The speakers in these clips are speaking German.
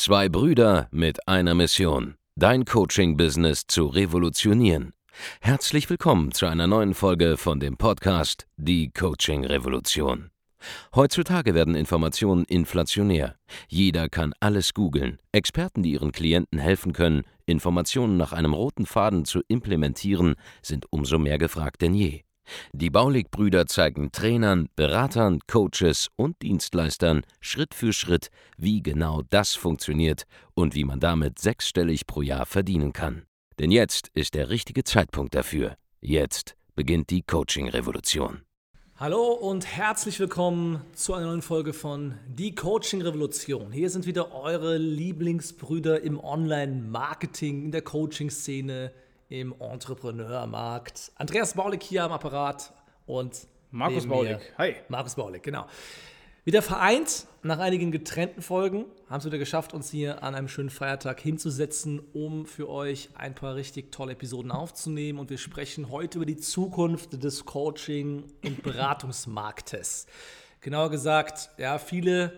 Zwei Brüder mit einer Mission, dein Coaching-Business zu revolutionieren. Herzlich willkommen zu einer neuen Folge von dem Podcast Die Coaching-Revolution. Heutzutage werden Informationen inflationär. Jeder kann alles googeln. Experten, die ihren Klienten helfen können, Informationen nach einem roten Faden zu implementieren, sind umso mehr gefragt denn je. Die Baulig-Brüder zeigen Trainern, Beratern, Coaches und Dienstleistern Schritt für Schritt, wie genau das funktioniert und wie man damit sechsstellig pro Jahr verdienen kann. Denn jetzt ist der richtige Zeitpunkt dafür. Jetzt beginnt die Coaching-Revolution. Hallo und herzlich willkommen zu einer neuen Folge von Die Coaching-Revolution. Hier sind wieder eure Lieblingsbrüder im Online-Marketing, in der Coaching-Szene, im Entrepreneurmarkt. Andreas Baulig hier am Apparat und Markus Baulig. Hi. Markus Baulig, genau. Wieder vereint, nach einigen getrennten Folgen, haben es wieder geschafft, uns hier an einem schönen Feiertag hinzusetzen, um für euch ein paar richtig tolle Episoden aufzunehmen. Und wir sprechen heute über die Zukunft des Coaching- und Beratungsmarktes. Genauer gesagt, ja, viele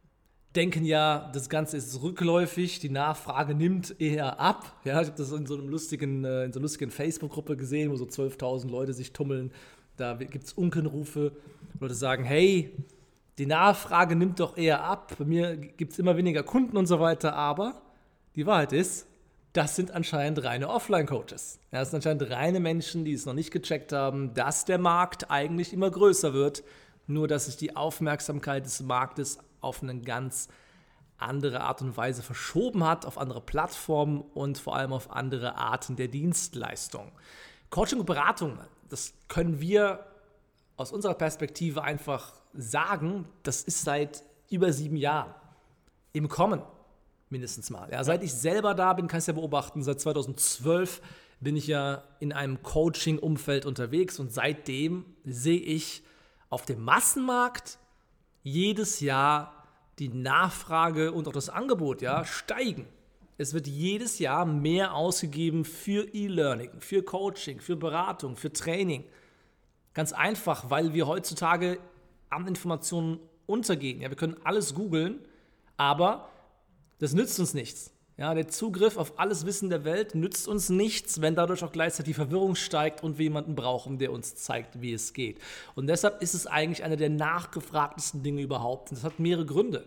denken ja, das Ganze ist rückläufig, die Nachfrage nimmt eher ab. Ja, ich habe das in so einer lustigen Facebook-Gruppe gesehen, wo so 12.000 Leute sich tummeln. Da gibt es Unkenrufe. Leute sagen, hey, die Nachfrage nimmt doch eher ab. Bei mir gibt es immer weniger Kunden und so weiter. Aber die Wahrheit ist, das sind anscheinend reine Offline-Coaches. Ja, das sind anscheinend reine Menschen, die es noch nicht gecheckt haben, dass der Markt eigentlich immer größer wird. Nur, dass sich die Aufmerksamkeit des Marktes auf eine ganz andere Art und Weise verschoben hat, auf andere Plattformen und vor allem auf andere Arten der Dienstleistung. Coaching und Beratung, das können wir aus unserer Perspektive einfach sagen, das ist seit über 7 Jahren im Kommen, mindestens mal. Ja, seit ich selber da bin, kann ich es ja beobachten, seit 2012 bin ich ja in einem Coaching-Umfeld unterwegs und seitdem sehe ich auf dem Massenmarkt jedes Jahr die Nachfrage und auch das Angebot steigen. Es wird jedes Jahr mehr ausgegeben für E-Learning, für Coaching, für Beratung, für Training. Ganz einfach, weil wir heutzutage an Informationen untergehen. Ja, wir können alles googeln, aber das nützt uns nichts. Ja, der Zugriff auf alles Wissen der Welt nützt uns nichts, wenn dadurch auch gleichzeitig die Verwirrung steigt und wir jemanden brauchen, der uns zeigt, wie es geht. Und deshalb ist es eigentlich eine der nachgefragtesten Dinge überhaupt. Und das hat mehrere Gründe.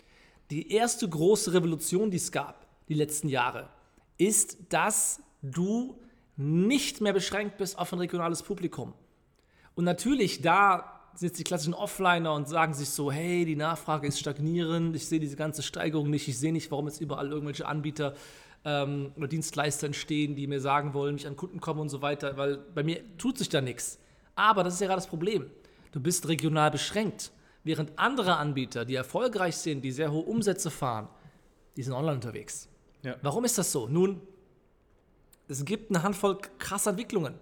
Die erste große Revolution, die es gab, die letzten Jahre, ist, dass du nicht mehr beschränkt bist auf ein regionales Publikum. Und natürlich, da sind jetzt die klassischen Offliner und sagen sich so, hey, die Nachfrage ist stagnierend, ich sehe diese ganze Steigerung nicht, ich sehe nicht, warum jetzt überall irgendwelche Anbieter oder Dienstleister entstehen, die mir sagen wollen, ich an Kunden komme und so weiter, weil bei mir tut sich da nichts. Aber das ist ja gerade das Problem. Du bist regional beschränkt, während andere Anbieter, die erfolgreich sind, die sehr hohe Umsätze fahren, die sind online unterwegs. Ja. Warum ist das so? Nun, es gibt eine Handvoll krasser Entwicklungen.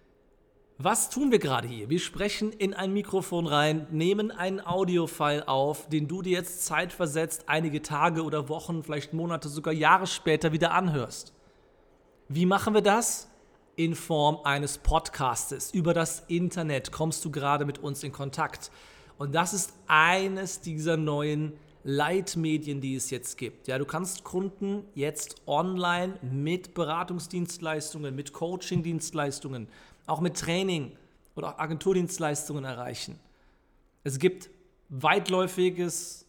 Was tun wir gerade hier? Wir sprechen in ein Mikrofon rein, nehmen einen Audiofile auf, den du dir jetzt zeitversetzt einige Tage oder Wochen, vielleicht Monate, sogar Jahre später wieder anhörst. Wie machen wir das? In Form eines Podcastes. Über das Internet kommst du gerade mit uns in Kontakt. Und das ist eines dieser neuen Leitmedien, die es jetzt gibt. Ja, du kannst Kunden jetzt online mit Beratungsdienstleistungen, mit Coaching-Dienstleistungen, auch mit Training oder auch Agenturdienstleistungen erreichen. Es gibt weitläufige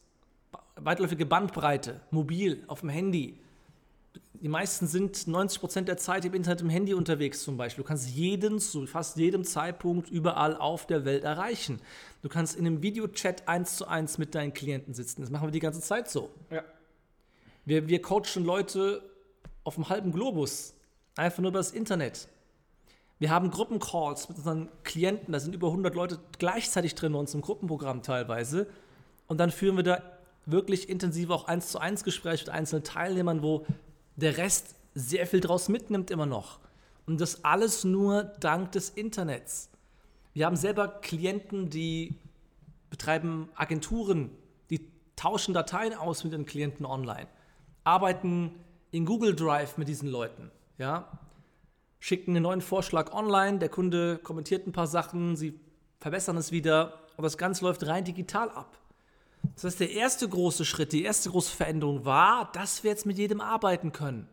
Bandbreite, mobil, auf dem Handy. Die meisten sind 90% der Zeit im Internet im Handy unterwegs zum Beispiel. Du kannst jeden zu fast jedem Zeitpunkt überall auf der Welt erreichen. Du kannst in einem Videochat 1:1 mit deinen Klienten sitzen. Das machen wir die ganze Zeit so. Ja. Wir coachen Leute auf dem halben Globus, einfach nur über das Internet. Wir haben Gruppencalls mit unseren Klienten, da sind über 100 Leute gleichzeitig drin bei uns im Gruppenprogramm teilweise. Und dann führen wir da wirklich intensive auch 1:1 Gespräche mit einzelnen Teilnehmern, wo der Rest sehr viel draus mitnimmt immer noch. Und das alles nur dank des Internets. Wir haben selber Klienten, die betreiben Agenturen, die tauschen Dateien aus mit den Klienten online, arbeiten in Google Drive mit diesen Leuten, ja, schicken einen neuen Vorschlag online, der Kunde kommentiert ein paar Sachen, sie verbessern es wieder und das Ganze läuft rein digital ab. Das heißt, der erste große Schritt, die erste große Veränderung war, dass wir jetzt mit jedem arbeiten können.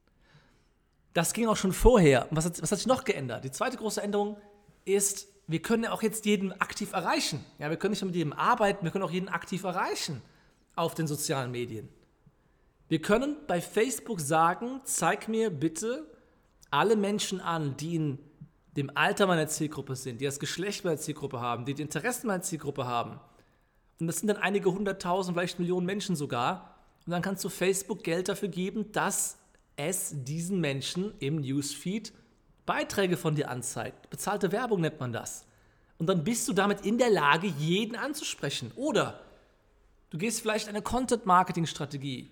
Das ging auch schon vorher. Und was hat sich noch geändert? Die zweite große Änderung ist, wir können ja auch jetzt jeden aktiv erreichen. Ja, wir können nicht nur mit jedem arbeiten, wir können auch jeden aktiv erreichen auf den sozialen Medien. Wir können bei Facebook sagen, zeig mir bitte alle Menschen an, die in dem Alter meiner Zielgruppe sind, die das Geschlecht meiner Zielgruppe haben, die Interessen meiner Zielgruppe haben. Und das sind dann einige 100.000, vielleicht Millionen Menschen sogar. Und dann kannst du Facebook Geld dafür geben, dass es diesen Menschen im Newsfeed Beiträge von dir anzeigt. Bezahlte Werbung nennt man das. Und dann bist du damit in der Lage, jeden anzusprechen. Oder du gehst vielleicht eine Content-Marketing-Strategie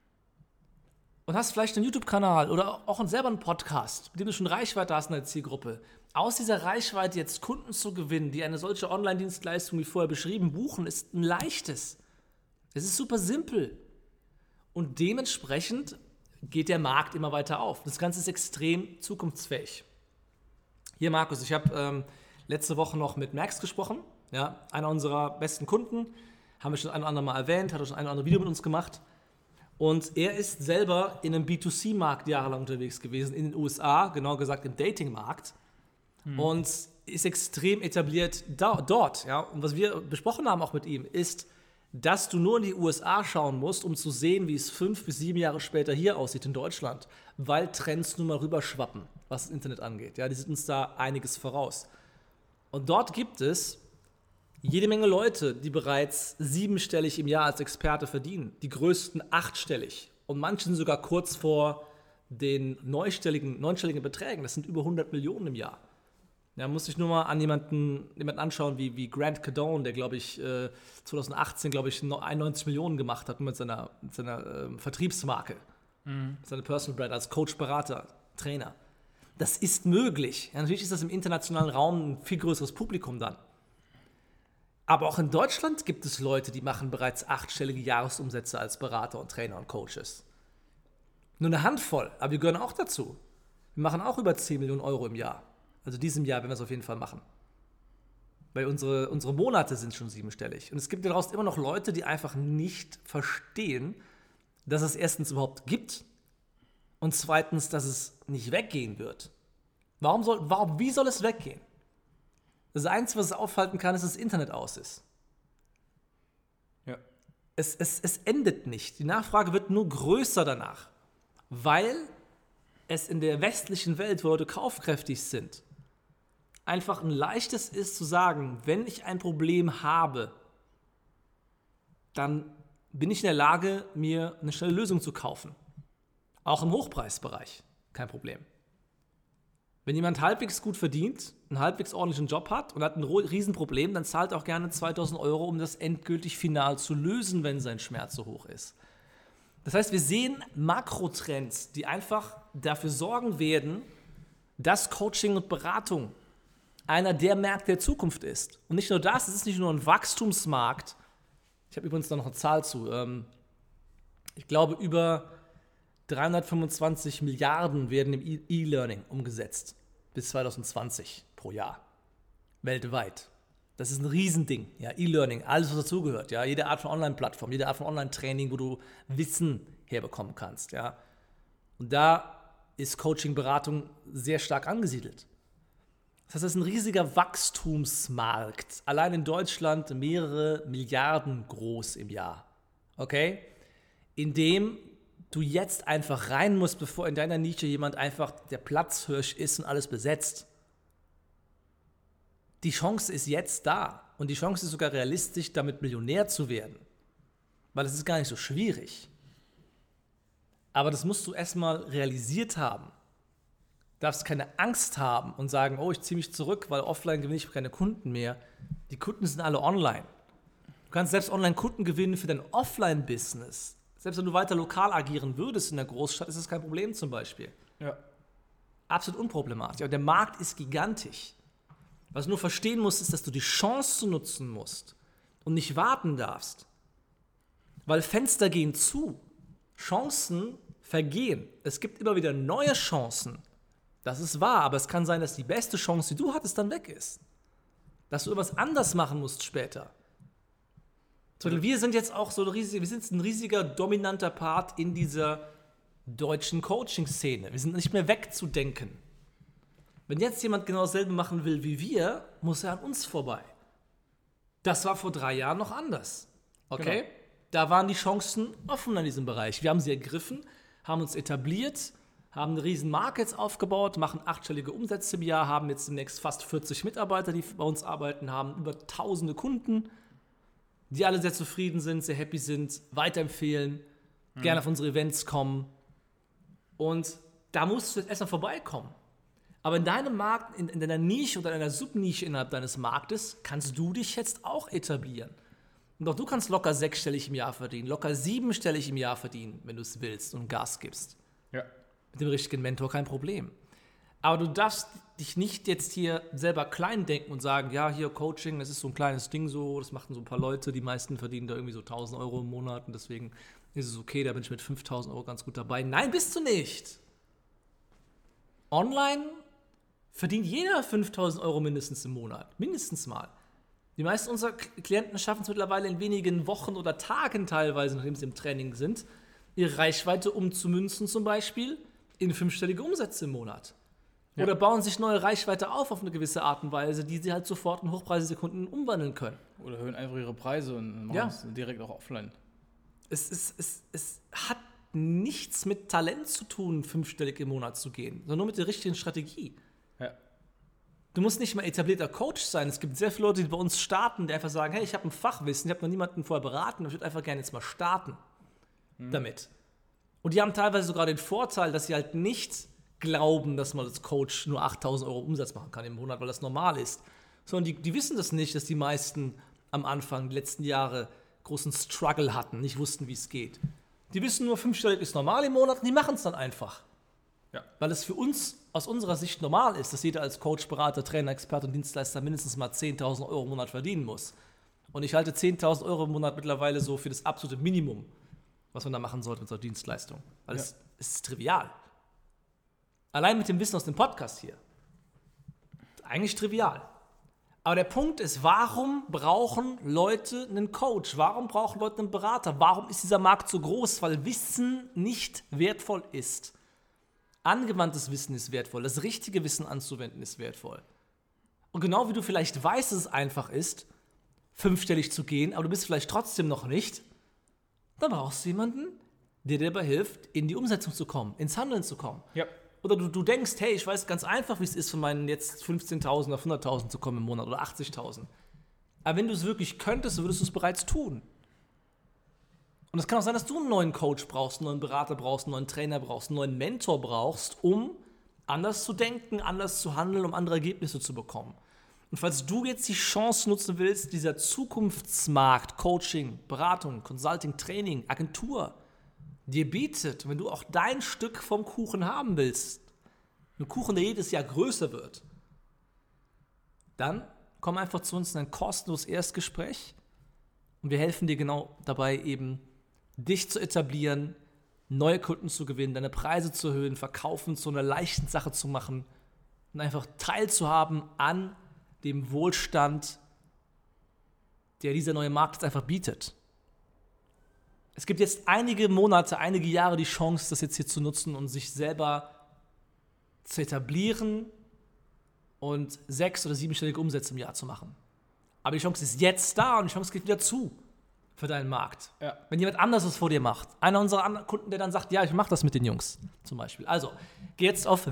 und hast vielleicht einen YouTube-Kanal oder auch selber einen Podcast, mit dem du schon Reichweite hast in der Zielgruppe. Aus dieser Reichweite jetzt Kunden zu gewinnen, die eine solche Online-Dienstleistung wie vorher beschrieben buchen, ist ein leichtes. Es ist super simpel. Und dementsprechend geht der Markt immer weiter auf. Das Ganze ist extrem zukunftsfähig. Hier, Markus, ich habe letzte Woche noch mit Max gesprochen, ja, einer unserer besten Kunden, haben wir schon ein oder andere Mal erwähnt, hat auch schon ein oder andere Video mit uns gemacht. Und er ist selber in einem B2C-Markt jahrelang unterwegs gewesen, in den USA, genau gesagt im Dating-Markt. Und ist extrem etabliert dort. Ja. Und was wir besprochen haben auch mit ihm, ist, dass du nur in die USA schauen musst, um zu sehen, wie es 5 bis 7 Jahre später hier aussieht in Deutschland, weil Trends nun mal rüberschwappen, was das Internet angeht. Ja, die sind uns da einiges voraus. Und dort gibt es jede Menge Leute, die bereits 7-stellig im Jahr als Experte verdienen, die größten 8-stellig. Und manche sind sogar kurz vor den 9-stelligen Beträgen. Das sind über 100 Millionen im Jahr. Ja, muss ich nur mal an jemanden anschauen wie Grant Cardone, der, glaube ich, 2018, 91 Millionen gemacht hat mit seiner Vertriebsmarke, seine Personal Brand als Coach, Berater, Trainer. Das ist möglich. Ja, natürlich ist das im internationalen Raum ein viel größeres Publikum dann. Aber auch in Deutschland gibt es Leute, die machen bereits 8-stellige Jahresumsätze als Berater und Trainer und Coaches. Nur eine Handvoll, aber wir gehören auch dazu. Wir machen auch über 10 Millionen Euro im Jahr. Also diesem Jahr werden wir es auf jeden Fall machen. Weil unsere Monate sind schon 7-stellig. Und es gibt daraus immer noch Leute, die einfach nicht verstehen, dass es erstens überhaupt gibt und zweitens, dass es nicht weggehen wird. Wie soll es weggehen? Das Einzige, was es aufhalten kann, ist, dass das Internet aus ist. Ja. Es endet nicht. Die Nachfrage wird nur größer danach, weil es in der westlichen Welt, wo Leute kaufkräftig sind, einfach ein leichtes ist zu sagen, wenn ich ein Problem habe, dann bin ich in der Lage, mir eine schnelle Lösung zu kaufen. Auch im Hochpreisbereich, kein Problem. Wenn jemand halbwegs gut verdient, einen halbwegs ordentlichen Job hat und hat ein Riesenproblem, dann zahlt er auch gerne 2.000 Euro, um das endgültig final zu lösen, wenn sein Schmerz so hoch ist. Das heißt, wir sehen Makrotrends, die einfach dafür sorgen werden, dass Coaching und Beratung einer der Märkte der Zukunft ist. Und nicht nur das, es ist nicht nur ein Wachstumsmarkt. Ich habe übrigens da noch eine Zahl zu. Ich glaube, über 325 Milliarden werden im E-Learning umgesetzt bis 2020 pro Jahr. Weltweit. Das ist ein Riesending. Ja, E-Learning, alles, was dazugehört. Ja, jede Art von Online-Plattform, jede Art von Online-Training, wo du Wissen herbekommen kannst. Ja. Und da ist Coaching, Beratung sehr stark angesiedelt. Das heißt, das ist ein riesiger Wachstumsmarkt. Allein in Deutschland mehrere Milliarden groß im Jahr. Okay? In dem du jetzt einfach rein musst, bevor in deiner Nische jemand einfach der Platzhirsch ist und alles besetzt. Die Chance ist jetzt da. Und die Chance ist sogar realistisch, damit Millionär zu werden. Weil es ist gar nicht so schwierig. Aber das musst du erstmal realisiert haben. Du darfst keine Angst haben und sagen, oh, ich ziehe mich zurück, weil offline gewinne ich keine Kunden mehr. Die Kunden sind alle online. Du kannst selbst online Kunden gewinnen für dein Offline-Business. Selbst wenn du weiter lokal agieren würdest in der Großstadt, ist das kein Problem zum Beispiel. Ja. Absolut unproblematisch. Aber der Markt ist gigantisch. Was du nur verstehen musst, ist, dass du die Chance nutzen musst und nicht warten darfst. Weil Fenster gehen zu. Chancen vergehen. Es gibt immer wieder neue Chancen. Das ist wahr, aber es kann sein, dass die beste Chance, die du hattest, dann weg ist. Dass du etwas anders machen musst später. Wir sind jetzt auch wir sind ein riesiger, dominanter Part in dieser deutschen Coaching-Szene. Wir sind nicht mehr wegzudenken. Wenn jetzt jemand genau dasselbe machen will wie wir, muss er an uns vorbei. Das war vor 3 Jahren noch anders. Okay? Genau. Da waren die Chancen offen in diesem Bereich. Wir haben sie ergriffen, haben uns etabliert, haben eine riesen Marke jetzt aufgebaut, machen 8-stellige Umsätze im Jahr, haben jetzt demnächst fast 40 Mitarbeiter, die bei uns arbeiten, haben über tausende Kunden, die alle sehr zufrieden sind, sehr happy sind, weiterempfehlen, gerne auf unsere Events kommen. Und da musst du jetzt erstmal vorbeikommen. Aber in deinem Markt, in deiner Nische oder in deiner Subnische innerhalb deines Marktes, kannst du dich jetzt auch etablieren. Und auch du kannst locker 6-stellig im Jahr verdienen, locker 7-stellig im Jahr verdienen, wenn du es willst und Gas gibst. Ja. Mit dem richtigen Mentor kein Problem. Aber du darfst dich nicht jetzt hier selber klein denken und sagen, ja, hier Coaching, das ist so ein kleines Ding so, das machen so ein paar Leute, die meisten verdienen da irgendwie so 1.000 Euro im Monat und deswegen ist es okay, da bin ich mit 5.000 Euro ganz gut dabei. Nein, bist du nicht. Online verdient jeder 5.000 Euro mindestens im Monat. Mindestens mal. Die meisten unserer Klienten schaffen es mittlerweile in wenigen Wochen oder Tagen teilweise, nachdem sie im Training sind, ihre Reichweite umzumünzen zum Beispiel in 5-stellige Umsätze im Monat. Ja. Oder bauen sich neue Reichweite auf eine gewisse Art und Weise, die sie halt sofort in hochpreisige Kunden umwandeln können. Oder erhöhen einfach ihre Preise und machen es direkt auch offline. Es hat nichts mit Talent zu tun, 5-stellig im Monat zu gehen, sondern nur mit der richtigen Strategie. Ja. Du musst nicht mal etablierter Coach sein. Es gibt sehr viele Leute, die bei uns starten, die einfach sagen, hey, ich habe ein Fachwissen, ich habe noch niemanden vorher beraten, ich würde einfach gerne jetzt mal starten damit. Und die haben teilweise sogar den Vorteil, dass sie halt nicht glauben, dass man als Coach nur 8.000 Euro Umsatz machen kann im Monat, weil das normal ist. Sondern die wissen das nicht, dass die meisten am Anfang, die letzten Jahre, großen Struggle hatten, nicht wussten, wie es geht. Die wissen nur, 5-stellig ist normal im Monat und die machen es dann einfach. Ja. Weil es für uns aus unserer Sicht normal ist, dass jeder als Coach, Berater, Trainer, Experte und Dienstleister mindestens mal 10.000 Euro im Monat verdienen muss. Und ich halte 10.000 Euro im Monat mittlerweile so für das absolute Minimum, was man da machen sollte mit so einer Dienstleistung. Weil es ist trivial. Allein mit dem Wissen aus dem Podcast hier. Eigentlich trivial. Aber der Punkt ist, warum brauchen Leute einen Coach? Warum brauchen Leute einen Berater? Warum ist dieser Markt so groß? Weil Wissen nicht wertvoll ist. Angewandtes Wissen ist wertvoll. Das richtige Wissen anzuwenden ist wertvoll. Und genau wie du vielleicht weißt, dass es einfach ist, 5-stellig zu gehen, aber du bist vielleicht trotzdem noch nicht, dann brauchst du jemanden, der dir dabei hilft, in die Umsetzung zu kommen, ins Handeln zu kommen. Ja. Oder du denkst, hey, ich weiß ganz einfach, wie es ist, von meinen jetzt 15.000 auf 100.000 zu kommen im Monat oder 80.000. Aber wenn du es wirklich könntest, würdest du es bereits tun. Und es kann auch sein, dass du einen neuen Coach brauchst, einen neuen Berater brauchst, einen neuen Trainer brauchst, einen neuen Mentor brauchst, um anders zu denken, anders zu handeln, um andere Ergebnisse zu bekommen. Und falls du jetzt die Chance nutzen willst, dieser Zukunftsmarkt, Coaching, Beratung, Consulting, Training, Agentur dir bietet, wenn du auch dein Stück vom Kuchen haben willst, einen Kuchen, der jedes Jahr größer wird, dann komm einfach zu uns in ein kostenloses Erstgespräch und wir helfen dir genau dabei, eben dich zu etablieren, neue Kunden zu gewinnen, deine Preise zu erhöhen, Verkaufen zu einer leichten Sache zu machen und einfach teilzuhaben an dem Wohlstand, der dieser neue Markt jetzt einfach bietet. Es gibt jetzt einige Monate, einige Jahre die Chance, das jetzt hier zu nutzen und sich selber zu etablieren und 6- oder 7-stellige Umsätze im Jahr zu machen. Aber die Chance ist jetzt da und die Chance geht wieder zu für deinen Markt. Ja. Wenn jemand anderes das vor dir macht. Einer unserer anderen Kunden, der dann sagt, ja, ich mache das mit den Jungs zum Beispiel. Also, geh jetzt auf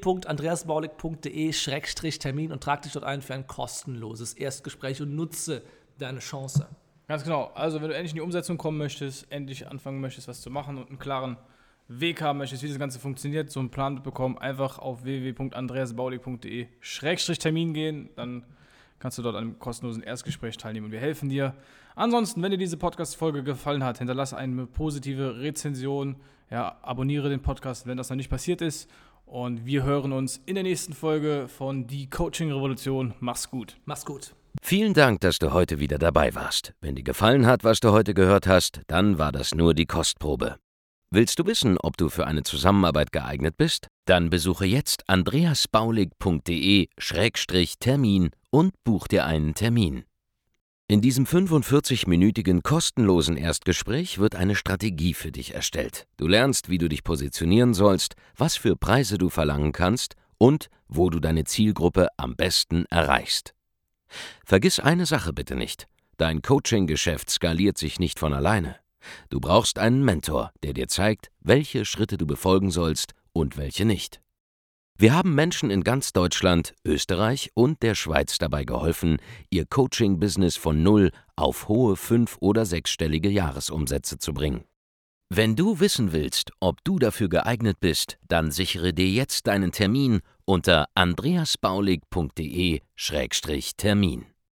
www.andreasbaulig.de/Termin und trag dich dort ein für ein kostenloses Erstgespräch und nutze deine Chance. Ganz genau. Also, wenn du endlich in die Umsetzung kommen möchtest, endlich anfangen möchtest, was zu machen und einen klaren Weg haben möchtest, wie das Ganze funktioniert, so einen Plan bekommen, einfach auf www.andreasbaulig.de/Termin gehen, dann kannst du dort an einem kostenlosen Erstgespräch teilnehmen und wir helfen dir. Ansonsten, wenn dir diese Podcast-Folge gefallen hat, hinterlasse eine positive Rezension, ja, abonniere den Podcast, wenn das noch nicht passiert ist und wir hören uns in der nächsten Folge von Die Coaching-Revolution. Mach's gut. Mach's gut. Vielen Dank, dass du heute wieder dabei warst. Wenn dir gefallen hat, was du heute gehört hast, dann war das nur die Kostprobe. Willst du wissen, ob du für eine Zusammenarbeit geeignet bist? Dann besuche jetzt andreasbaulig.de/Termin und buch dir einen Termin. In diesem 45-minütigen kostenlosen Erstgespräch wird eine Strategie für dich erstellt. Du lernst, wie du dich positionieren sollst, was für Preise du verlangen kannst und wo du deine Zielgruppe am besten erreichst. Vergiss eine Sache bitte nicht: Dein Coaching-Geschäft skaliert sich nicht von alleine. Du brauchst einen Mentor, der dir zeigt, welche Schritte du befolgen sollst und welche nicht. Wir haben Menschen in ganz Deutschland, Österreich und der Schweiz dabei geholfen, ihr Coaching-Business von 0 auf hohe 5- oder 6-stellige Jahresumsätze zu bringen. Wenn du wissen willst, ob du dafür geeignet bist, dann sichere dir jetzt deinen Termin unter andreasbaulig.de/Termin.